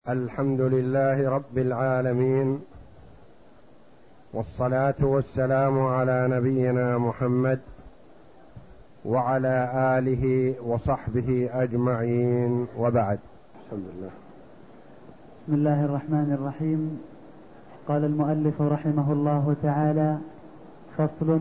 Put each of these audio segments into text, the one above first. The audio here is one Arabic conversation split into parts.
الحمد لله رب العالمين، والصلاة والسلام على نبينا محمد وعلى آله وصحبه أجمعين، وبعد. بسم الله الرحمن الرحيم. قال المؤلف رحمه الله تعالى: فصل: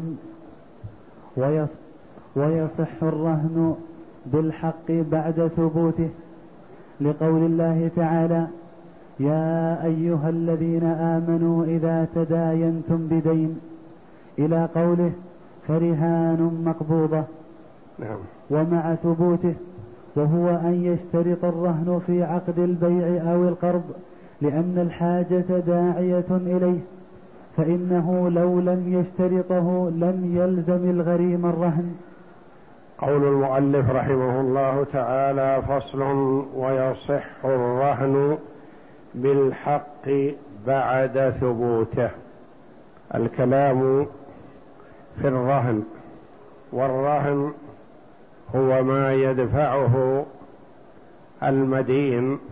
ويصح الرهن بالحق بعد ثبوته، لقول الله تعالى: يا أيها الذين آمنوا إذا تداينتم بدين، إلى قوله: فرهان مقبوضة. نعم. ومع ثبوته، وهو أن يشترط الرهن في عقد البيع أو القرض لأن الحاجة داعية إليه، فإنه لو لم يشترطه لم يلزم الغريم الرهن. قول المؤلف رحمه الله تعالى: فصل: ويصح الرهن بالحق بعد ثبوته. الكلام في الرهن، والرهن هو ما يدفعه المدين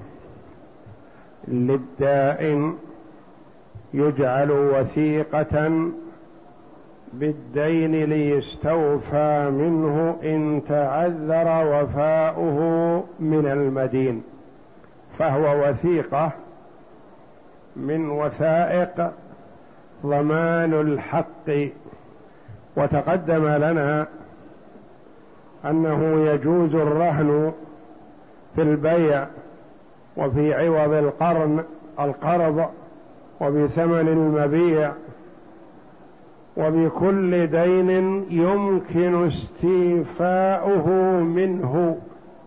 للدائن، يجعل وثيقة بالدين ليستوفى منه إن تعذر وفاؤه من المدين، فهو وثيقة من وثائق ضمان الحق. وتقدم لنا أنه يجوز الرهن في البيع وفي عوض القرض وبثمن المبيع وبكل دين يمكن استيفاؤه منه،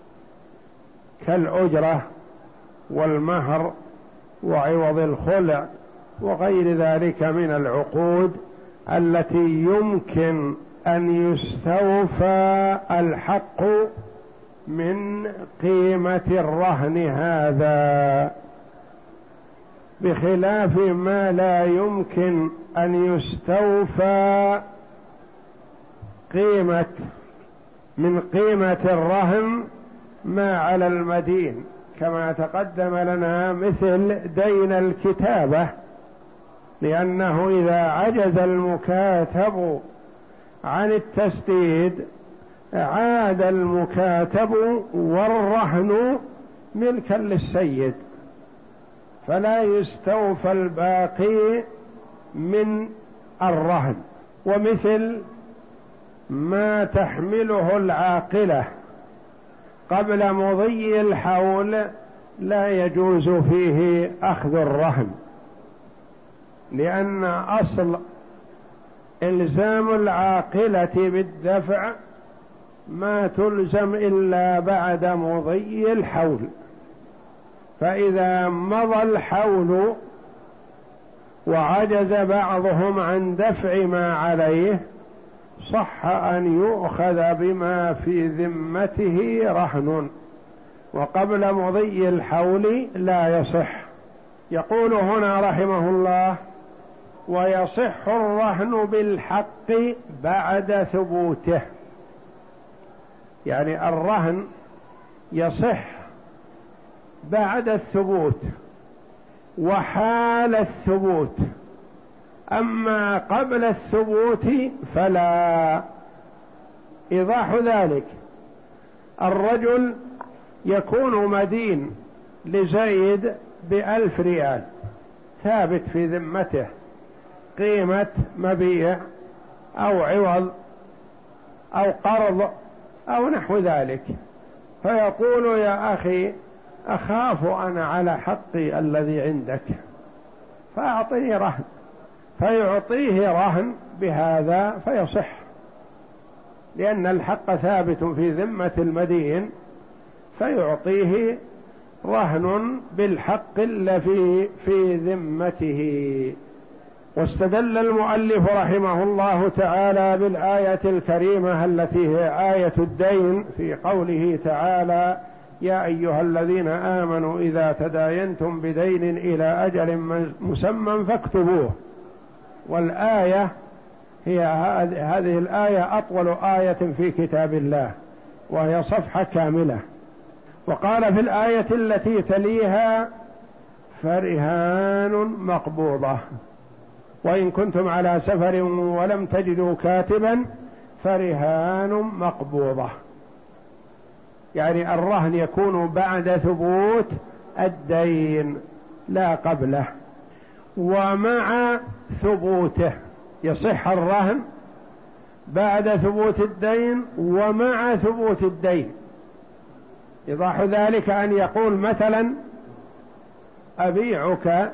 كالأجرة والمهر وعوض الخلع وغير ذلك من العقود التي يمكن أن يستوفى الحق من قيمة الرهن هذا، بخلاف ما لا يمكن أن يستوفى من قيمة الرهن ما على المدين، كما تقدم لنا مثل دين الكتابة، لأنه إذا عجز المكاتب عن التسديد عاد المكاتب والرهن ملكا للسيد، فلا يستوفى الباقي من الرهن. ومثل ما تحمله العاقلة قبل مضي الحول لا يجوز فيه أخذ الرهن، لأن أصل إلزام العاقلة بالدفع ما تلزم إلا بعد مضي الحول، فإذا مضى الحول وعجز بعضهم عن دفع ما عليه صح أن يؤخذ بما في ذمته رهن، وقبل مضي الحول لا يصح. يقول هنا رحمه الله: ويصح الرهن بالحق بعد ثبوته، يعني الرهن يصح بعد الثبوت وحال الثبوت، أما قبل الثبوت فلا. إيضاح ذلك: الرجل يكون مدين لزيد ب1,000 ريال ثابت في ذمته، قيمة مبيع أو عوض أو قرض أو نحو ذلك، فيقول: يا أخي أخاف أنا على حقي الذي عندك فأعطني رهن، فيعطيه رهن بهذا فيصح، لأن الحق ثابت في ذمة المدين، فيعطيه رهن بالحق الذي في ذمته. واستدل المؤلف رحمه الله تعالى بالآية الكريمة التي هي آية الدين، في قوله تعالى: يا أيها الذين آمنوا إذا تداينتم بدين إلى أجل مسمى فاكتبوه. والآية هي هذه الآية أطول آية في كتاب الله، وهي صفحة كاملة. وقال في الآية التي تليها: فرهان مقبوضة، وإن كنتم على سفر ولم تجدوا كاتبا فرهان مقبوضة، يعني الرهن يكون بعد ثبوت الدين لا قبله. ومع ثبوته، يصح الرهن بعد ثبوت الدين ومع ثبوت الدين. يضاح ذلك أن يقول مثلا أبيعك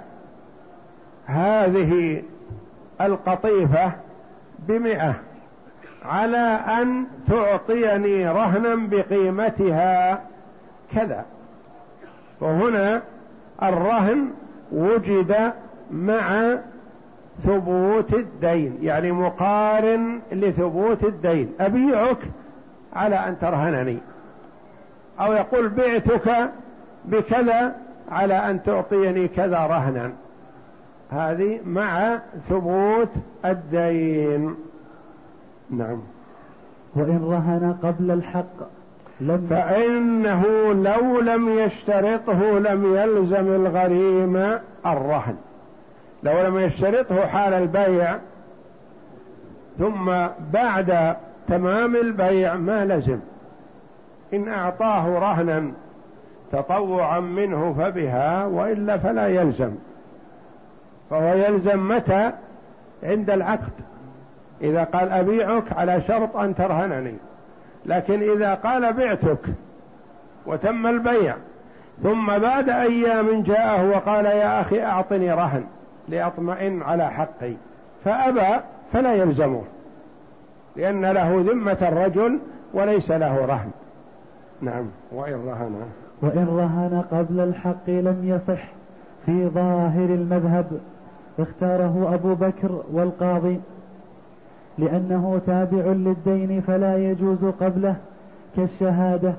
هذه القطيفة ب100 على أن تعطيني رهنا بقيمتها كذا، وهنا الرهن وجد مع ثبوت الدين، يعني مقارن لثبوت الدين. أبيعك على أن ترهنني، أو يقول بعتك بكذا على أن تعطيني كذا رهنا، هذه مع ثبوت الدين. نعم. وإن رهن قبل الحق فإنه لو لم يشترطه لم يلزم الغريم الرهن. لو لم يشترطه حال البيع ثم بعد تمام البيع ما لزم. إن أعطاه رهنا تطوعا منه فبها، وإلا فلا يلزم. فهو يلزم متى؟ عند العقد، إذا قال أبيعك على شرط أن ترهنني. لكن إذا قال بعتك وتم البيع ثم بعد أيام جاءه وقال يا أخي أعطني رهن لأطمئن على حقي فأبى، فلا يلزمه، لأن له ذمة الرجل وليس له رهن. نعم. وإن رهن قبل الحق لم يصح في ظاهر المذهب، اختاره أبو بكر والقاضي، لأنه تابع للدين فلا يجوز قبله كالشهادة.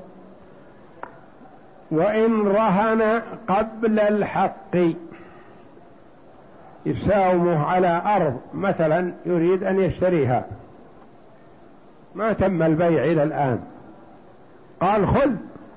وإن رهن قبل الحق، يساومه على أرض مثلا يريد أن يشتريها، ما تم البيع إلى الآن، قال خذ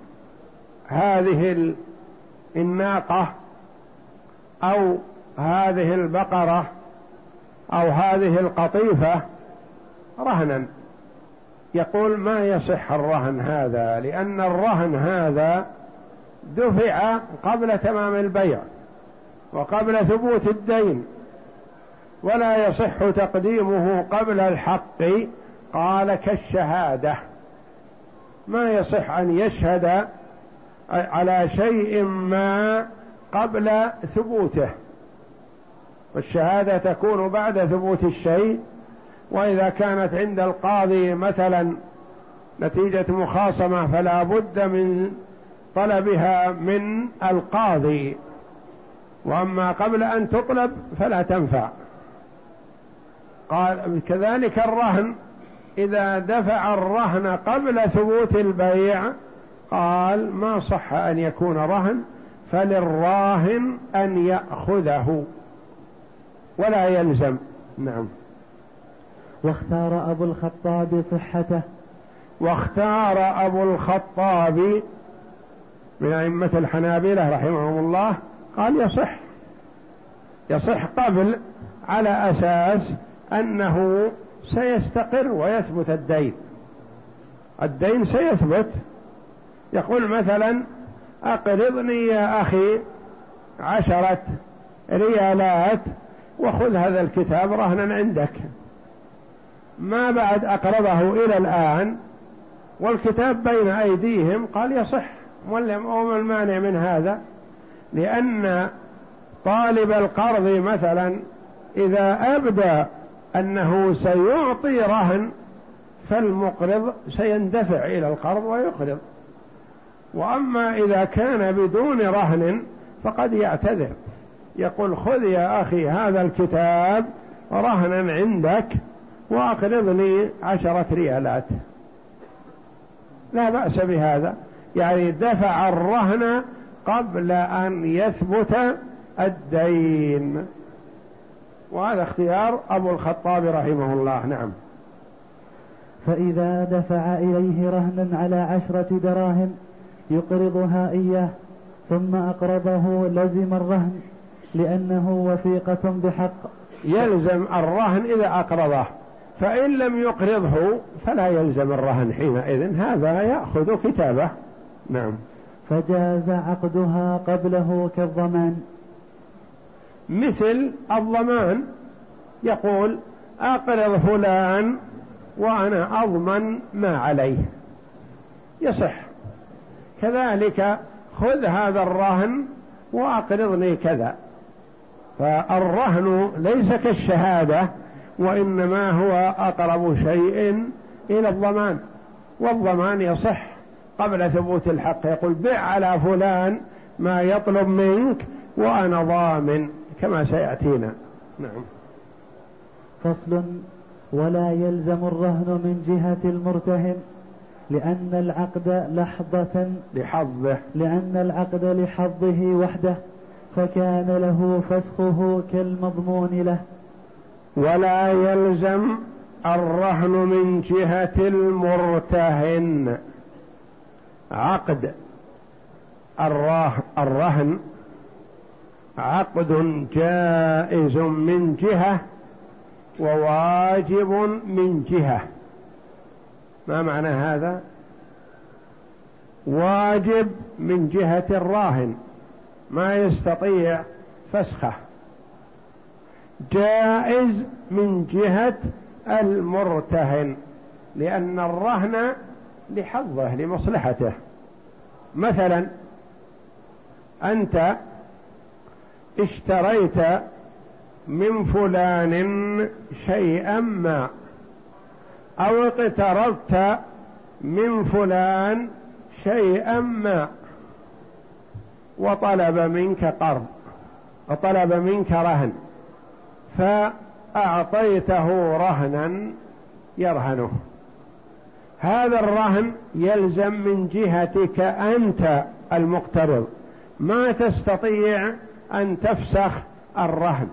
هذه الناقة أو هذه البقرة أو هذه القطيفة رهنا، يقول ما يصح الرهن هذا، لأن الرهن هذا دفع قبل تمام البيع وقبل ثبوت الدين، ولا يصح تقديمه قبل الحق. قال كالشهادة، ما يصح أن يشهد على شيء ما قبل ثبوته، والشهادة تكون بعد ثبوت الشيء. وإذا كانت عند القاضي مثلا نتيجة مخاصمة فلا بد من طلبها من القاضي، وأما قبل أن تطلب فلا تنفع. قال كذلك الرهن، إذا دفع الرهن قبل ثبوت البيع قال ما صح أن يكون رهن، فللراهن أن يأخذه ولا يلزم. نعم. واختار أبو الخطاب صحته. واختار أبو الخطاب من أئمة الحنابلة رحمهم الله قال يصح قبل، على أساس أنه سيستقر ويثبت الدين سيثبت. يقول مثلا أقرضني يا أخي 10 ريالات وخذ هذا الكتاب رهنا عندك، ما بعد أقرضه إلى الآن والكتاب بين أيديهم، قال يصح، وما المانع من هذا؟ لأن طالب القرض مثلا إذا أبدى أنه سيعطي رهن فالمقرض سيندفع إلى القرض ويقرض، وأما إذا كان بدون رهن فقد يعتذر، يقول خذ يا أخي هذا الكتاب رهنا عندك وأقرضني 10 ريالات، لا بأس بهذا، يعني دفع الرهن قبل أن يثبت الدين. وهذا اختيار أبو الخطاب رحمه الله. نعم. فإذا دفع إليه رهنا على 10 دراهم يقرضها إياه ثم أقرضه لزم الرهن لأنه وثيقة بحق. يلزم الرهن إذا أقرضه، فإن لم يقرضه فلا يلزم الرهن حينئذ، هذا يأخذ كتابه. نعم. فجاز عقدها قبله كالضمان. مثل الضمان، يقول أقرض فلان وأنا أضمن ما عليه، يصح. كذلك خذ هذا الرهن وأقرضني كذا. فالرهن ليس كالشهادة، وإنما هو أقرب شيء إلى الضمان، والضمان يصح قبل ثبوت الحق. يقول بع على فلان ما يطلب منك وأنا ضامن، كما سيأتينا. نعم. فصل. ولا يلزم الرهن من جهة المرتهن لأن العقد لحظه وحده، فكان له فسخه كالمضمون له. ولا يلزم الرهن من جهة المرتهن. عقد الرهن عقد جائز من جهة وواجب من جهة. ما معنى هذا؟ واجب من جهة الراهن ما يستطيع فسخه، جائز من جهة المرتهن لأن الرهن لحظه لمصلحته. مثلا أنت اشتريت من فلان شيئا ما، أو اقترضت من فلان شيئا ما، وطلب منك قرض وطلب منك رهن، فأعطيته رهنا يرهنه. هذا الرهن يلزم من جهتك أنت المقترض، ما تستطيع أن تفسخ الرهن،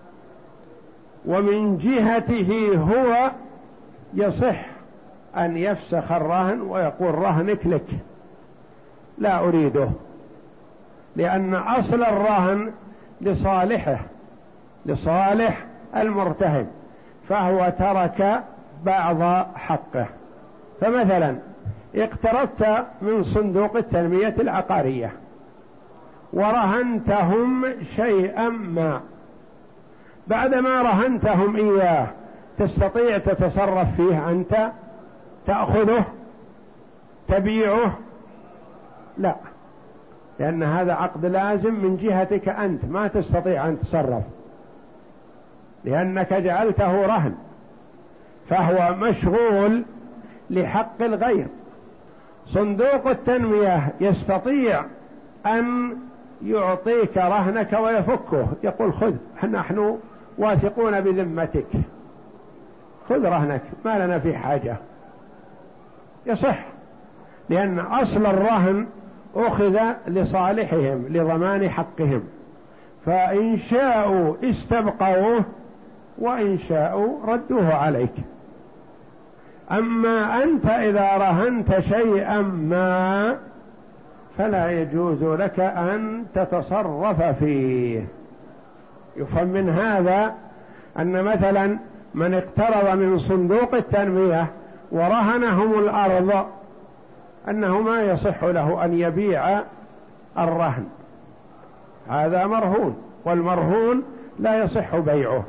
ومن جهته هو يصح أن يفسخ الرهن ويقول رهنك لك لا أريده، لأن أصل الرهن لصالحه، لصالح المرتهن، فهو ترك بعض حقه. فمثلا اقترضت من صندوق التنمية العقارية ورهنتهم شيئا ما، بعدما رهنتهم إياه تستطيع تتصرف فيه أنت؟ تأخذه؟ تبيعه؟ لا، لأن هذا عقد لازم من جهتك أنت، ما تستطيع أن تتصرف لأنك جعلته رهن، فهو مشغول لحق الغير. صندوق التنمية يستطيع أن يعطيك رهنك ويفكه، يقول خذ، نحن واثقون بذمتك، خذ رهنك ما لنا في حاجة، يصح، لأن أصل الرهن أخذ لصالحهم لضمان حقهم، فإن شاءوا استبقوه وإن شاءوا ردوه عليك. أما أنت إذا رهنت شيئا ما فلا يجوز لك أن تتصرف فيه. يفهم من هذا أن مثلا من اقترض من صندوق التنمية ورهنهم الأرض أنه ما يصح له أن يبيع الرهن، هذا مرهون، والمرهون لا يصح بيعه.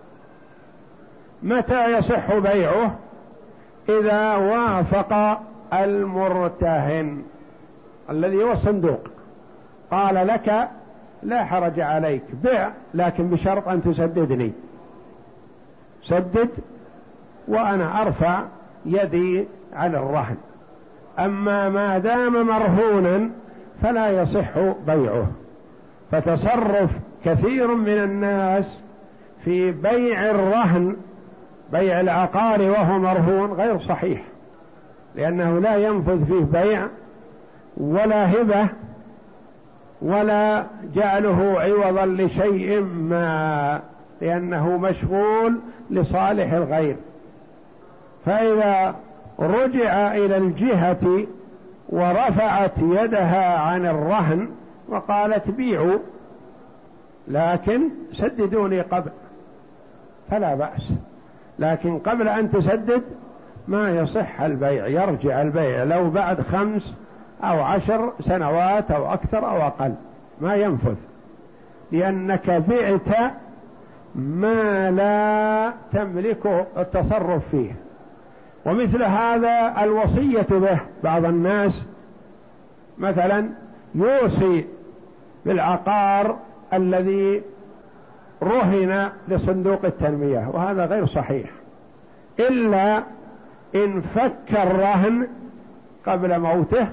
متى يصح بيعه؟ إذا وافق المرتهن الذي هو الصندوق، قال لك لا حرج عليك بيع، لكن بشرط أن تسددني، سدد وأنا أرفع يدي على الرهن. أما ما دام مرهونا فلا يصح بيعه. فتصرف كثير من الناس في بيع الرهن، بيع العقار وهو مرهون، غير صحيح، لأنه لا ينفذ فيه بيع ولا هبة ولا جعله عوضا لشيء ما، لأنه مشغول لصالح الغير. فإذا رجع إلى الجهة ورفعت يدها عن الرهن وقالت بيعوا لكن سددوني قبل، فلا بأس، لكن قبل أن تسدد ما يصح البيع، يرجع البيع لو بعد 5 أو 10 سنوات أو أكثر أو أقل ما ينفذ، لأنك بعت ما لا تملك التصرف فيه. ومثل هذا الوصية به، بعض الناس مثلا يوصي بالعقار الذي رهن لصندوق التنمية، وهذا غير صحيح إلا إن فك الرهن قبل موته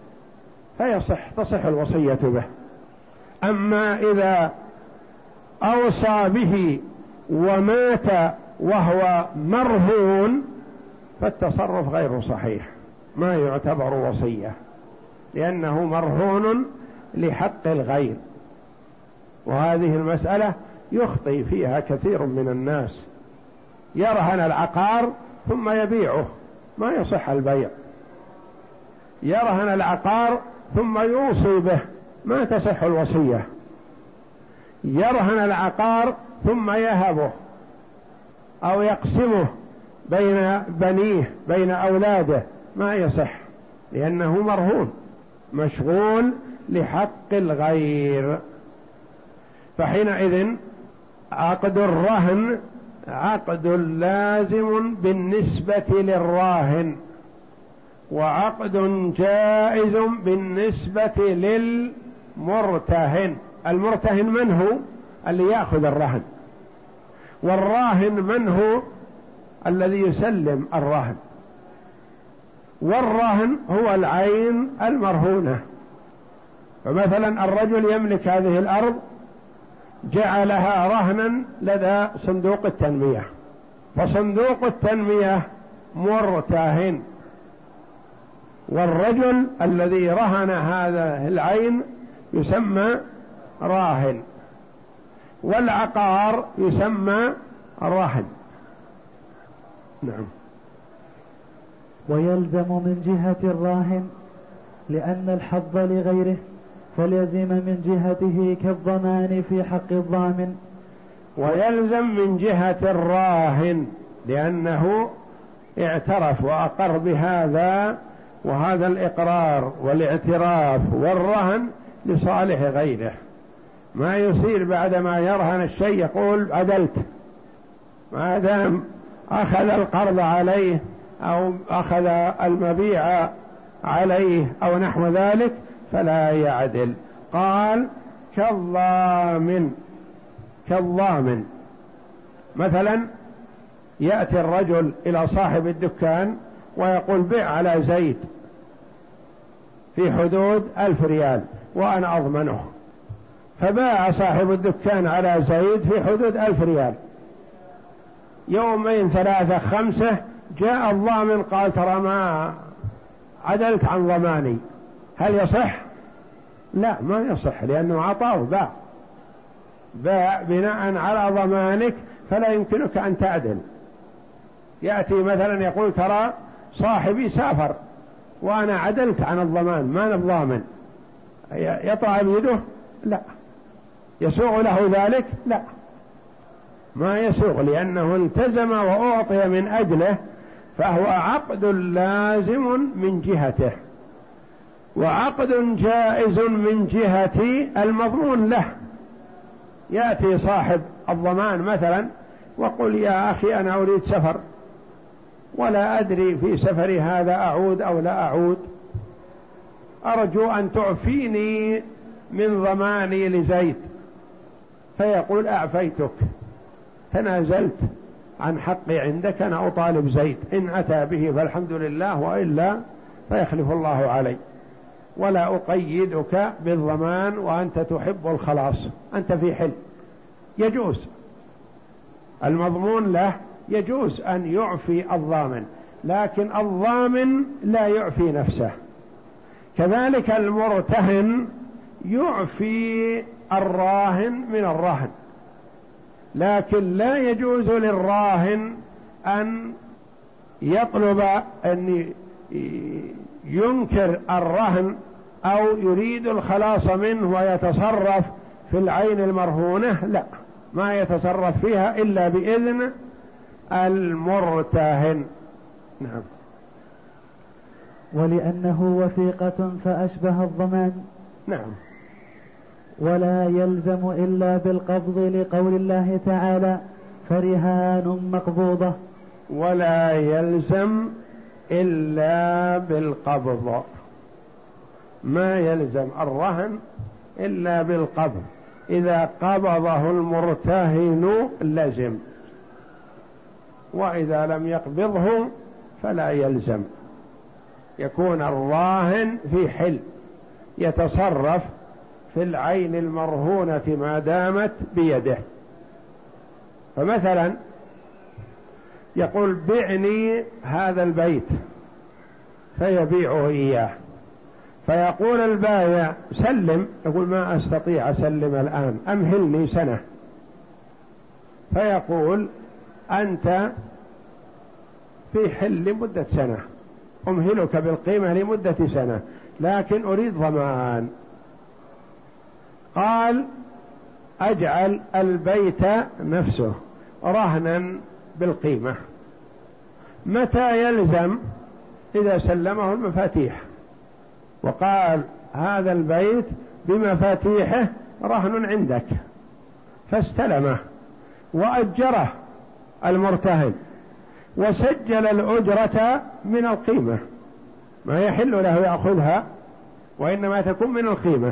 تصح الوصية به. أما إذا أوصى به ومات وهو مرهون فالتصرف غير صحيح، ما يعتبر وصية، لأنه مرهون لحق الغير. وهذه المسألة يخطئ فيها كثير من الناس، يرهن العقار ثم يبيعه، ما يصح البيع. يرهن العقار ثم يوصي به، ما تصح الوصية. يرهن العقار ثم يهبه أو يقسمه بين بنيه بين أولاده، ما يصح، لأنه مرهون مشغول لحق الغير. فحينئذ عقد الرهن عقد لازم بالنسبة للراهن، وعقد جائز بالنسبة للمرتهن. المرتهن من هو؟ اللي يأخذ الرهن، والراهن من هو؟ الذي يسلم الرهن. والرهن هو العين المرهونة. فمثلا الرجل يملك هذه الأرض جعلها رهنا لدى صندوق التنمية، فصندوق التنمية مرتهن، والرجل الذي رهن هذا العين يسمى راهن، والعقار يسمى رهن. نعم. ويلزم من جهة الراهن لأن الحظ لغيره، فليزم من جهته كالضمان في حق الضامن. ويلزم من جهة الراهن لأنه اعترف وأقر بهذا، وهذا الإقرار والاعتراف والرهن لصالح غيره. ما يصير بعدما يرهن الشيء يقول عدلت، ما دام أخذ القرض عليه أو أخذ المبيع عليه أو نحو ذلك فلا يعدل. قال كالضامن مثلا يأتي الرجل إلى صاحب الدكان ويقول بيع على زيد في حدود 1000 ريال وأنا أضمنه، فباع صاحب الدكان على زيد في حدود 1000 ريال. يومين 3 5 جاء الضامن قال ترى ما عدلت عن ضماني، هل يصح؟ لا، ما يصح، لأنه عطاه باع بناء على ضمانك، فلا يمكنك أن تعدل. يأتي مثلا يقول ترى صاحبي سافر وأنا عدلت عن الضمان، ما أنا الضامن، يطع بيده؟ لا. يسوغ له ذلك؟ لا، ما يسوغ، لأنه التزم وأعطي من أجله، فهو عقد لازم من جهته، وعقد جائز من جهة المضمون له. يأتي صاحب الضمان مثلا وقل يا أخي أنا أريد سفر ولا أدري في سفري هذا أعود أو لا أعود، أرجو أن تعفيني من ضماني لزيد، فيقول أعفيتك، تنازلت عن حقي عندك، أنا أطالب زيد، إن أتى به فالحمد لله، وإلا فيخلف الله علي، ولا أقيدك بالضمان وأنت تحب الخلاص، أنت في حل. يجوز المضمون له، يجوز أن يعفي الضامن، لكن الضامن لا يعفي نفسه. كذلك المرتهن يعفي الراهن من الرهن، لكن لا يجوز للراهن أن يطلب أن ينكر الرهن أو يريد الخلاص منه ويتصرف في العين المرهونة، لا، ما يتصرف فيها إلا بإذن المرتهن. نعم. ولأنه وثيقة فأشبه الضمان. نعم. ولا يلزم إلا بالقبض لقول الله تعالى فرهان مقبوضة. ولا يلزم إلا بالقبض، ما يلزم الرهن إلا بالقبض، إذا قبضه المرتهن لزم، وإذا لم يقبضه فلا يلزم. يكون الراهن في حل يتصرف في العين المرهونة ما دامت بيده. فمثلا يقول بعني هذا البيت فيبيعه إياه، فيقول البائع سلم، يقول ما أستطيع أسلم الآن، أمهلني سنة، فيقول أنت في حل لمدة سنة، أمهلك بالقيمة لمدة سنة، لكن أريد ضمان. قال أجعل البيت نفسه رهنا بالقيمة. متى يلزم؟ إذا سلمه المفاتيح وقال هذا البيت بمفاتيحه رهن عندك، فاستلمه وأجره المرتهن وسجل الأجرة من القيمة، ما يحل له يأخذها وإنما تكون من القيمة.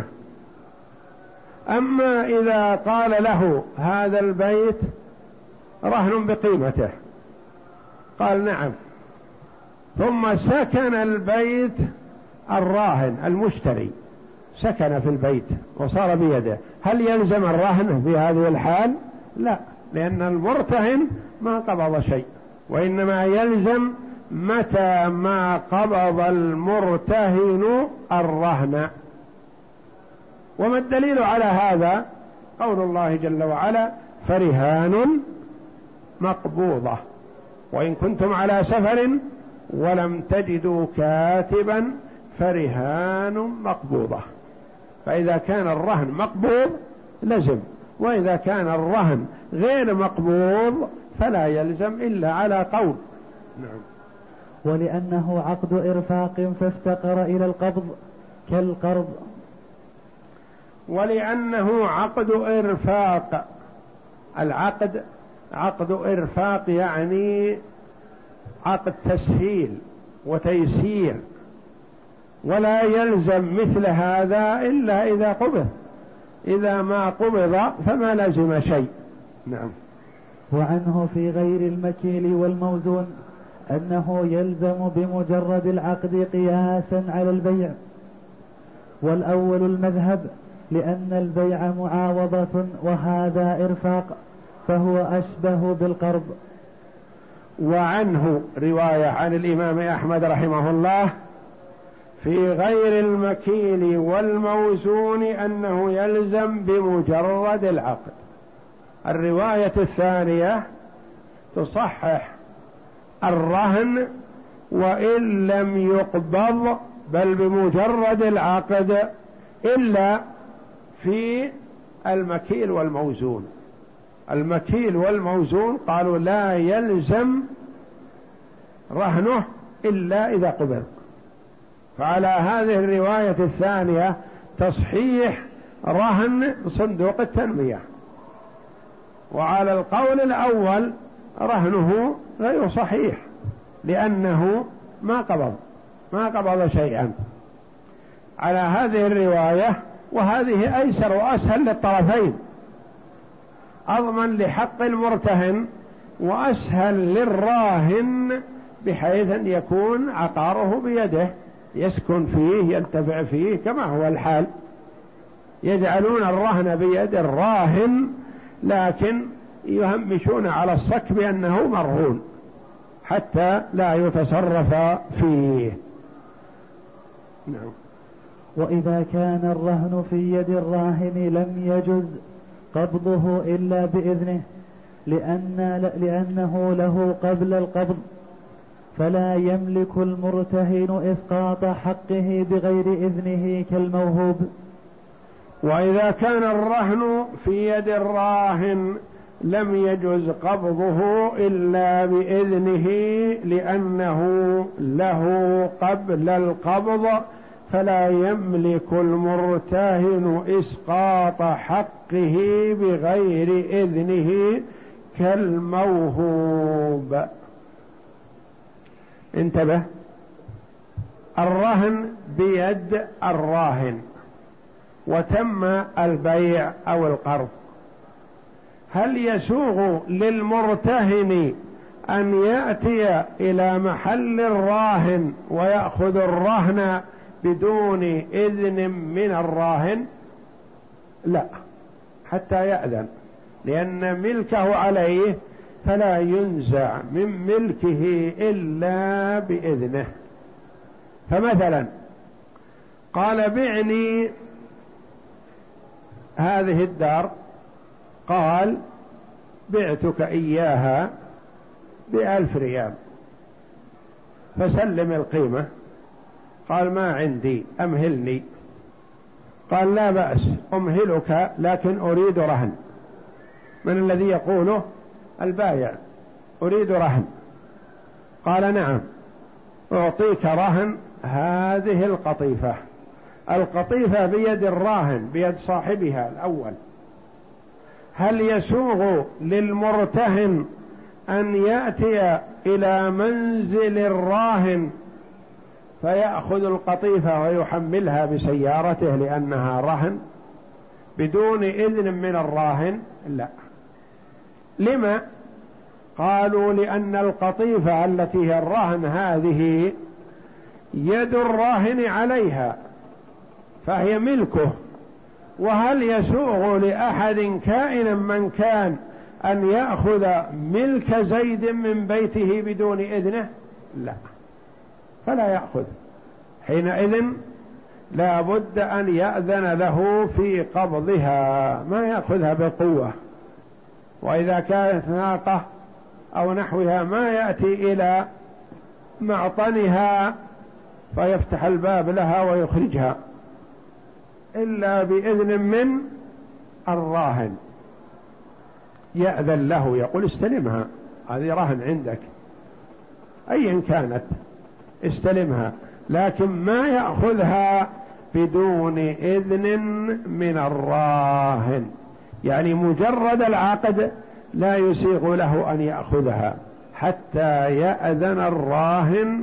أما إذا قال له هذا البيت رهن بقيمته، قال نعم، ثم سكن البيت الراهن المشتري سكن في البيت وصار بيده، هل يلزم الرهن في هذه الحال؟ لا، لأن المرتهن ما قبض شيء، وإنما يلزم متى ما قبض المرتهن الرهن. وما الدليل على هذا؟ قول الله جل وعلا فرهان مقبوضة وإن كنتم على سفر ولم تجدوا كاتبا فرهان مقبوضة. فإذا كان الرهن مقبوض لزم، وإذا كان الرهن غير مقبوض فلا يلزم إلا على قول. نعم. ولأنه عقد إرفاق فافتقر إلى القبض كالقرض. ولأنه عقد إرفاق، العقد عقد إرفاق يعني عقد تسهيل وتيسير، ولا يلزم مثل هذا إلا إذا قبض، إذا ما قبض فما لزم شيء. نعم. وعنه في غير المكيل والموزون أنه يلزم بمجرد العقد قياسا على البيع، والأول المذهب لأن البيع معاوضة وهذا إرفاق فهو أشبه بالقرض. وعنه رواية عن الإمام أحمد رحمه الله في غير المكيل والموزون أنه يلزم بمجرد العقد. الرواية الثانية تصحح الرهن وإن لم يقبض بل بمجرد العقد، إلا في المكيل والموزون. المكيل والموزون قالوا لا يلزم رهنه إلا إذا قبض. فعلى هذه الرواية الثانية تصحيح رهن صندوق التنمية، وعلى القول الأول رهنه غير صحيح لأنه ما قبض شيئا. على هذه الرواية، وهذه أيسر وأسهل للطرفين، أضمن لحق المرتهن وأسهل للراهن، بحيث أن يكون عقاره بيده يسكن فيه ينتفع فيه كما هو الحال. يجعلون الرهن بيد الراهن لكن يهمشون على الصك بأنه مرهون حتى لا يتصرف فيه. نعم. وإذا كان الرهن في يد الراهن لم يجز قبضه إلا بإذنه لأنه له قبل القبض، فلا يملك المرتهن إسقاط حقه بغير إذنه كالموهوب. وإذا كان الرهن في يد الراهن لم يجز قبضه إلا بإذنه لأنه له قبل القبض، فلا يملك المرتهن إسقاط حقه بغير إذنه كالموهوب. انتبه، الرهن بيد الراهن وتم البيع أو القرض، هل يسوغ للمرتهن أن يأتي إلى محل الراهن ويأخذ الرهن بدون إذن من الراهن؟ لا، حتى يأذن، لأن ملكه عليه فلا ينزع من ملكه إلا بإذنه. فمثلا قال بعني هذه الدار، قال بعتك إياها ب1000 ريال، فسلم القيمة، قال ما عندي أمهلني، قال لا بأس أمهلك لكن أريد رهن. من الذي يقوله؟ البائع، أريد رهن. قال نعم أعطيك رهن هذه القطيفة. القطيفة بيد الراهن، بيد صاحبها الأول. هل يسوغ للمرتهن أن يأتي إلى منزل الراهن فيأخذ القطيفة ويحملها بسيارته لأنها رهن بدون إذن من الراهن؟ لا. لما؟ قالوا لأن القطيفة التي هي الرهن هذه يد الراهن عليها فهي ملكه، وهل يسوغ لأحد كائنا من كان أن يأخذ ملك زيد من بيته بدون إذنه؟ لا، فلا يأخذ. حينئذ لا بد أن يأذن له في قبضها، ما يأخذها بقوة. وإذا كانت ناقة أو نحوها ما يأتي إلى معطنها فيفتح الباب لها ويخرجها إلا بإذن من الراهن، يأذن له، يقول استلمها، هذه رهن عندك أيا كانت، استلمها، لكن ما يأخذها بدون إذن من الراهن. يعني مجرد العقد لا يسيغ له أن يأخذها حتى يأذن الراهن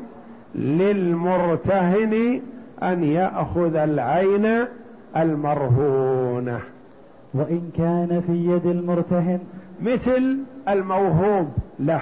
للمرتهن أن يأخذ العين المرهونة. وإن كان في يد المرتهن مثل الموهوب له،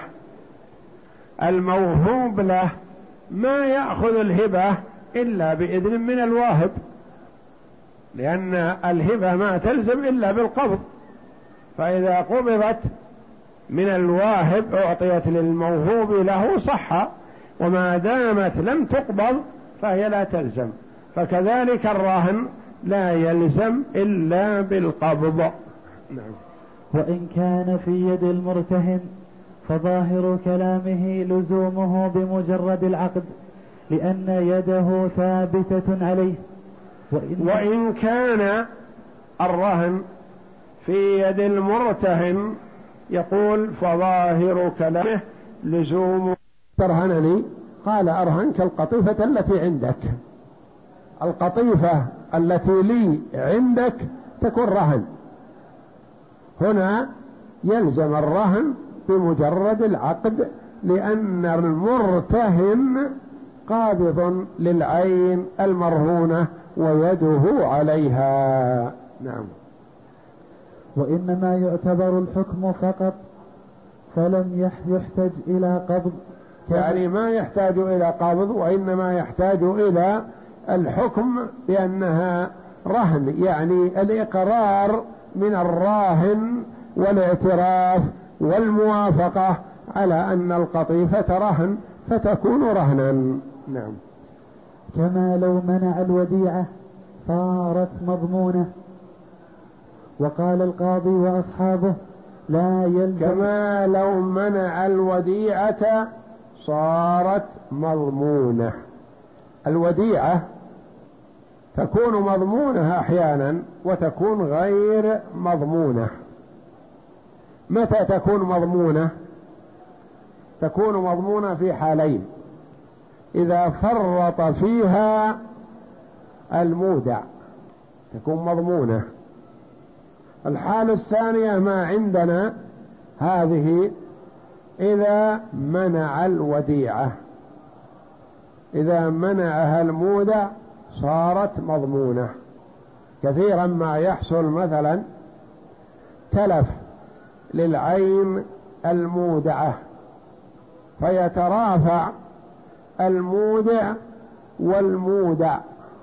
الموهوب له ما يأخذ الهبة إلا بإذن من الواهب، لأن الهبة ما تلزم إلا بالقبض، فإذا قبضت من الواهب أعطيت للموهوب له صح، وما دامت لم تقبض فهي لا تلزم. فكذلك الراهن لا يلزم إلا بالقبض. نعم. وإن كان في يد المرتهن فظاهر كلامه لزومه بمجرد العقد، لأن يده ثابتة عليه. وإن كان الرهن في يد المرتهن، يقول فظاهر كلامه لزوم. ترهنني، قال أرهنك القطيفة التي عندك، القطيفة التي لي عندك تكون رهن. هنا يلزم الرهن بمجرد العقد، لأن المرتهن قابض للعين المرهونة ويده عليها. نعم. وإنما يعتبر الحكم فقط، فلم يحتج إلى قبض. يعني ما يحتاج إلى قبض، وإنما يحتاج إلى الحكم بأنها رهن، يعني الإقرار من الراهن والاعتراف والموافقة على أن القطيفة رهن فتكون رهنا. نعم. كما لو منع الوديعة صارت مضمونة. وقال القاضي وأصحابه لا يلزم. كما لو منع الوديعة صارت مضمونة. الوديعة تكون مضمونة أحيانا وتكون غير مضمونة. متى تكون مضمونة؟ تكون مضمونة في حالين: إذا فرط فيها المودع تكون مضمونة. الحالة الثانية ما عندنا هذه إذا منع الوديعة، إذا منعها المودع صارت مضمونة. كثيرا ما يحصل مثلا تلف للعين المودعة فيترافع المودع والمودع،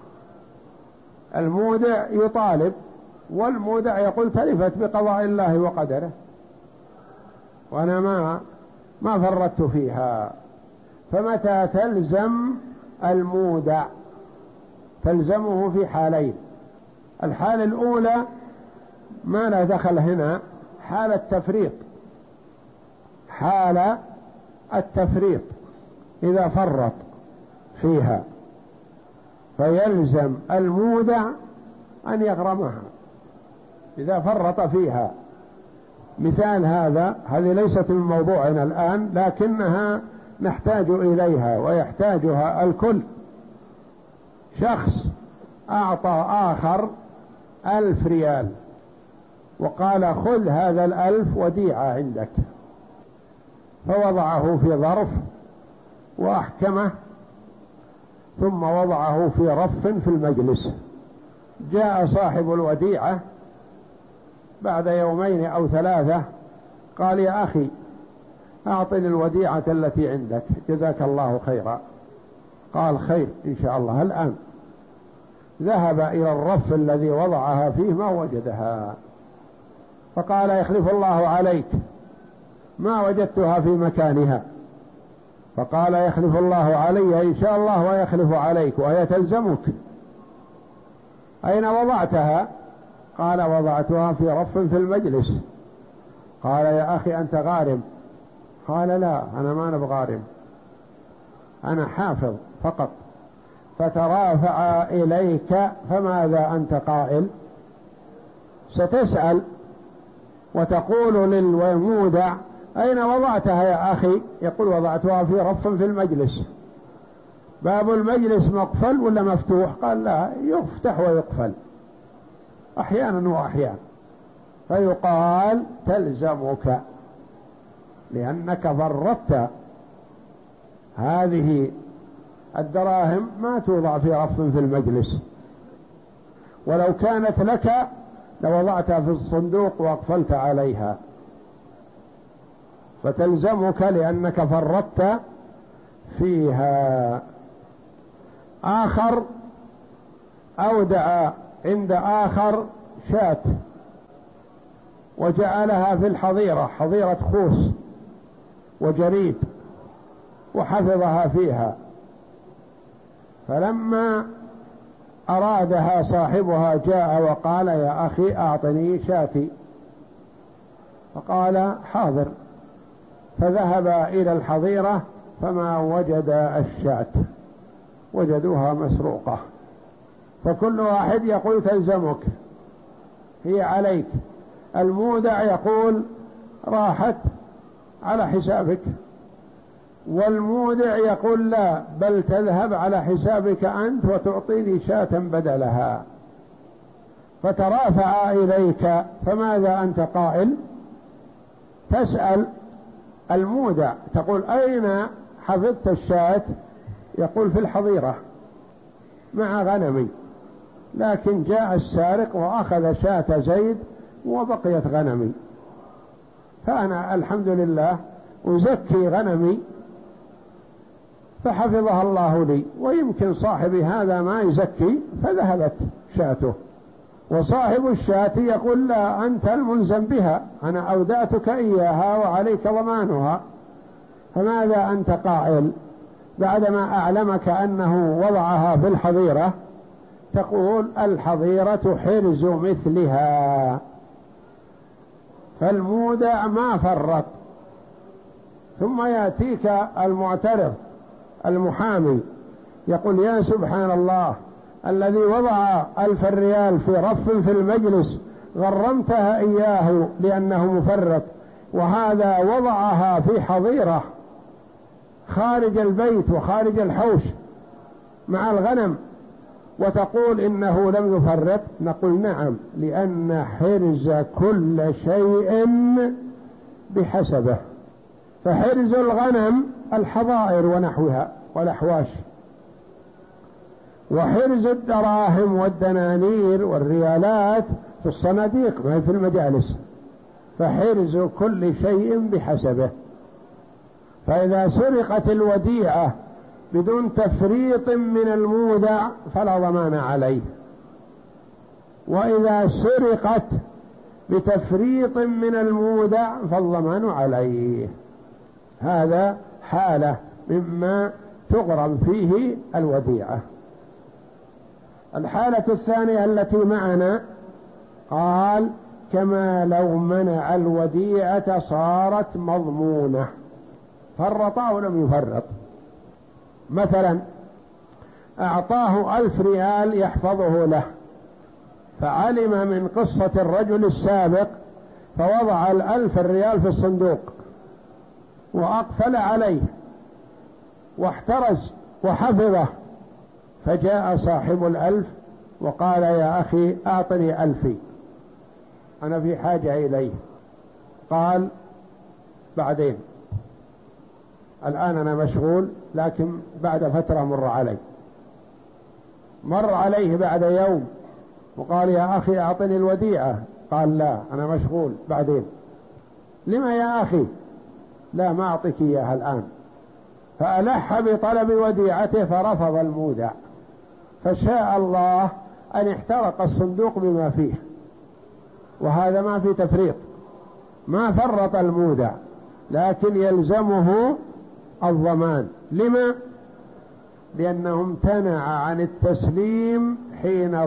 المودع يطالب والمودع يقول تلفت بقضاء الله وقدره وأنا ما فرطت فيها. فمتى تلزم المودع؟ تلزمه في حالين: الحالة الأولى ما لا دخل هنا، حالة تفريط، حالة التفريط إذا فرط فيها فيلزم المودع أن يغرمها إذا فرط فيها. مثال هذه ليست من موضوعنا الآن لكنها نحتاج إليها ويحتاجها الكل. شخص أعطى آخر 1000 ريال وقال خذ هذا 1000 وديعة عندك، فوضعه في ظرف وأحكمه ثم وضعه في رف في المجلس. جاء صاحب الوديعة بعد 2 أو 3 قال يا أخي أعطني الوديعة التي عندك جزاك الله خيرا. قال خير إن شاء الله. الآن ذهب إلى الرف الذي وضعها فيه ما وجدها، فقال يخلف الله عليك ما وجدتها في مكانها. فقال يخلف الله علي إن شاء الله ويخلف عليك وهي تلزمك. أين وضعتها؟ قال وضعتها في رف في المجلس. قال يا أخي أنت غارم. قال لا أنا ما أنا بغارم، أنا حافظ فقط. فترافع إليك فماذا أنت قائل؟ ستسأل وتقول للمودع أين وضعتها يا أخي؟ يقول وضعتها في رف في المجلس. باب المجلس مقفل ولا مفتوح؟ قال لا يفتح ويقفل أحيانا وأحيانا. فيقال تلزمك لأنك فرطت. هذه الدراهم ما توضع في رف في المجلس، ولو كانت لك لوضعتها في الصندوق وأقفلت عليها، فتلزمك لأنك فرطت فيها. آخر أودع عند آخر شاة وجعلها في الحظيرة، حظيرة خوص وجريد، وحفظها فيها، فلما أرادها صاحبها جاء وقال يا أخي أعطني شاتي، فقال حاضر. فذهب إلى الحظيرة فما وجد الشاة، وجدوها مسروقة. فكل واحد يقول تلزمك هي عليك. المودع يقول راحت على حسابك، والمودع يقول لا بل تذهب على حسابك أنت وتعطيني شاة بدلها. فترافع إليك فماذا أنت قائل؟ تسأل المودع تقول أين حفظت الشاة؟ يقول في الحظيرة مع غنمي، لكن جاء السارق وأخذ شاة زيد وبقيت غنمي، فأنا الحمد لله أزكي غنمي فحفظها الله لي، ويمكن صاحبي هذا ما يزكي فذهبت شاته. وصاحب الشاة يقول لا أنت الملزم بها، أنا أودعتك إياها وعليك ضمانها، فماذا أنت قائل؟ بعدما أعلمك أنه وضعها في الحظيرة تقول الحظيرة حرز مثلها. فالمودع ما فرط، ثم يأتيك المعترض المحامي يقول يا سبحان الله، الذي وضع 1000 ريال في رف في المجلس غرمتها إياه لأنه مفرط، وهذا وضعها في حظيرة خارج البيت وخارج الحوش مع الغنم، وتقول إنه لم يفرط. نقول نعم، لأن حرز كل شيء بحسبه. فحرز الغنم الحظائر ونحوها والأحواش، وحرز الدراهم والدنانير والريالات في الصناديق ما في المجالس. فحرز كل شيء بحسبه. فإذا سرقت الوديعة بدون تفريط من المودع فلا ضمان عليه، وإذا سرقت بتفريط من المودع فالضمان عليه. هذا حالة مما تغرم فيه الوديعة. الحالة الثانية التي معنا قال كما لو منع الوديعة صارت مضمونة، فرط أو لم يفرط. مثلا أعطاه 1000 ريال يحفظه له، فعلم من قصة الرجل السابق فوضع 1000 ريال في الصندوق وأقفل عليه واحترز وحفظه، فجاء صاحب 1000 وقال يا أخي أعطني 1000 أنا في حاجة إليه. قال بعدين، الآن أنا مشغول، لكن بعد فترة مر عليه بعد يوم وقال يا أخي أعطني الوديعة. قال لا أنا مشغول بعدين. لما يا أخي؟ لا ما أعطيك إياها الآن. فألح بطلب وديعته فرفض المودع، فشاء الله أن احترق الصندوق بما فيه، وهذا ما في تفريط، ما فرط المودع، لكن يلزمه الضمان. لما؟ لأنه امتنع عن التسليم حين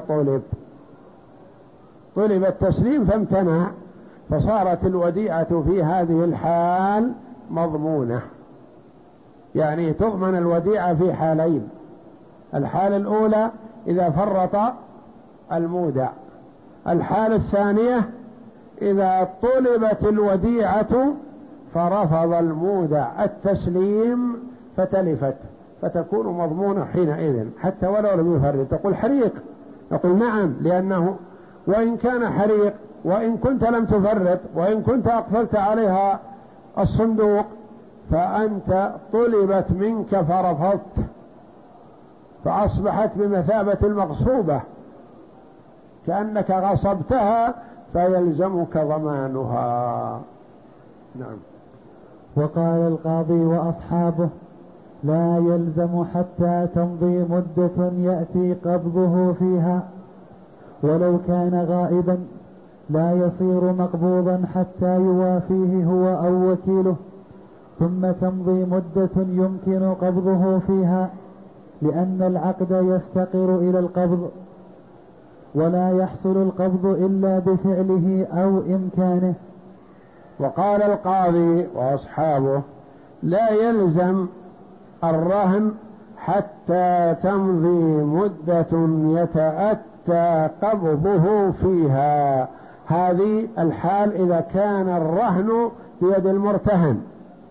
طلب التسليم فامتنع، فصارت الوديعة في هذه الحال مضمونة. يعني تضمن الوديعة في حالين: الحالة الأولى إذا فرط المودع، الحالة الثانية إذا طلبت الوديعة فرفض المودع التسليم فتلفت، فتكون مضمونة حينئذ حتى ولو لم يفرط. تقول حريق، نقول نعم، لأنه وإن كان حريق وإن كنت لم تفرط وإن كنت أقفلت عليها الصندوق فأنت طلبت منك فرفضت، فأصبحت بمثابة المغصوبة كأنك غصبتها، فيلزمك ضمانها. نعم. وقال القاضي وأصحابه لا يلزم حتى تمضي مدة يأتي قبضه فيها، ولو كان غائبا لا يصير مقبوضا حتى يوافيه هو أو وكيله، ثم تمضي مدة يمكن قبضه فيها، لأن العقد يفتقر إلى القبض، ولا يحصل القبض إلا بفعله أو إمكانه. وقال القاضي وأصحابه لا يلزم الرهن حتى تمضي مدة يتأتى قبضه فيها. هذه الحال إذا كان الرهن بيد المرتهن.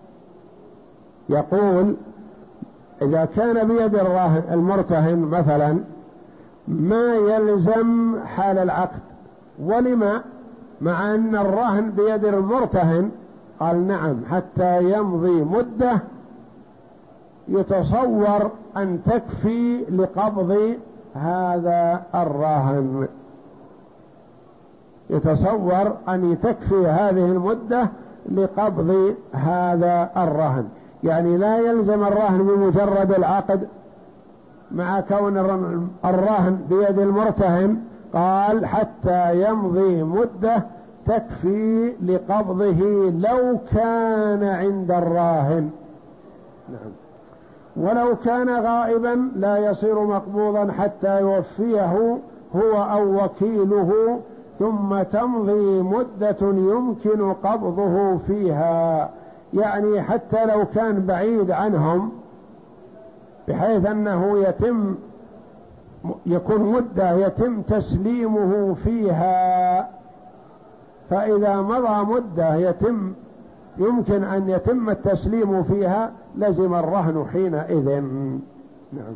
يقول إذا كان بيد المرتهن مثلا ما يلزم حال العقد. ولما؟ مع أن الرهن بيد المرتهن. قال نعم، حتى يمضي مدة يتصور أن تكفي لقبض هذا الرهن، يتصور أن تكفي هذه المدة لقبض هذا الرهن. يعني لا يلزم الرهن بمجرد العقد مع كون الرهن بيد المرتهن. قال حتى يمضي مدة تكفي لقبضه لو كان عند الراهن. نعم. ولو كان غائبا لا يصير مقبوضا حتى يوفيه هو أو وكيله، ثم تمضي مدة يمكن قبضه فيها. يعني حتى لو كان بعيد عنهم بحيث أنه يكون مدة يتم تسليمه فيها، فإذا مضى مدة يمكن أن يتم التسليم فيها لزم الرهن حينئذ. نعم.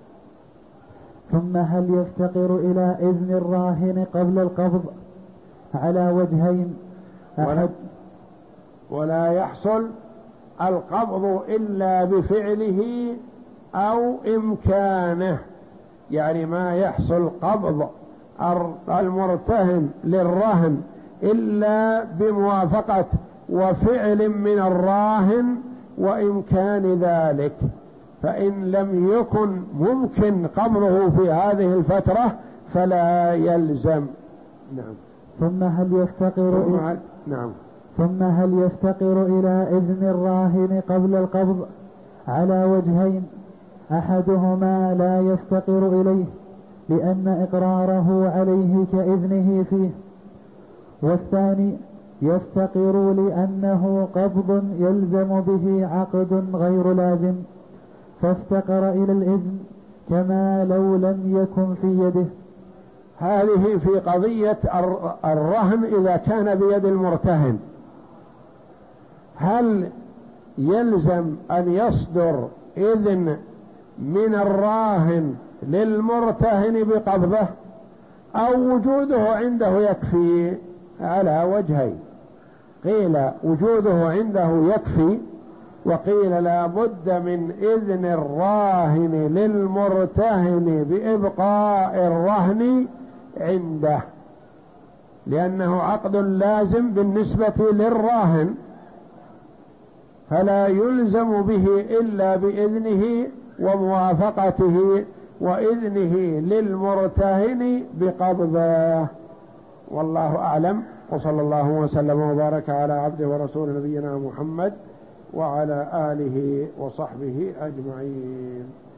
ثم هل يفتقر إلى إذن الراهن قبل القبض على وجهين؟ ولا يحصل القبض إلا بفعله أو إمكانه، يعني ما يحصل قبض المرتهن للرهن إلا بموافقة وفعل من الراهن وإمكان ذلك، فإن لم يكن ممكن قبضه في هذه الفترة فلا يلزم. نعم. ثم هل يفتقر إلى إذن الراهن قبل القبض على وجهين: أحدهما لا يفتقر إليه لأن إقراره عليه كإذنه فيه، والثاني يفتقر لأنه قبض يلزم به عقد غير لازم، فافتقر إلى الإذن كما لو لم يكن في يده. هذه في قضية الرهن إذا كان بيد المرتهن، هل يلزم أن يصدر إذن من الراهن للمرتهن بقبضه أو وجوده عنده يكفي؟ على وجهين: قيل وجوده عنده يكفي، وقيل لا بد من إذن الراهن للمرتهن بإبقاء الرهن عنده، لأنه عقد لازم بالنسبة للراهن، فلا يلزم به إلا بإذنه وموافقته وإذنه للمرتهن بقبضه. والله أعلم، وصلى الله وسلم وبارك على عبده ورسول نبينا محمد وعلى آله وصحبه أجمعين.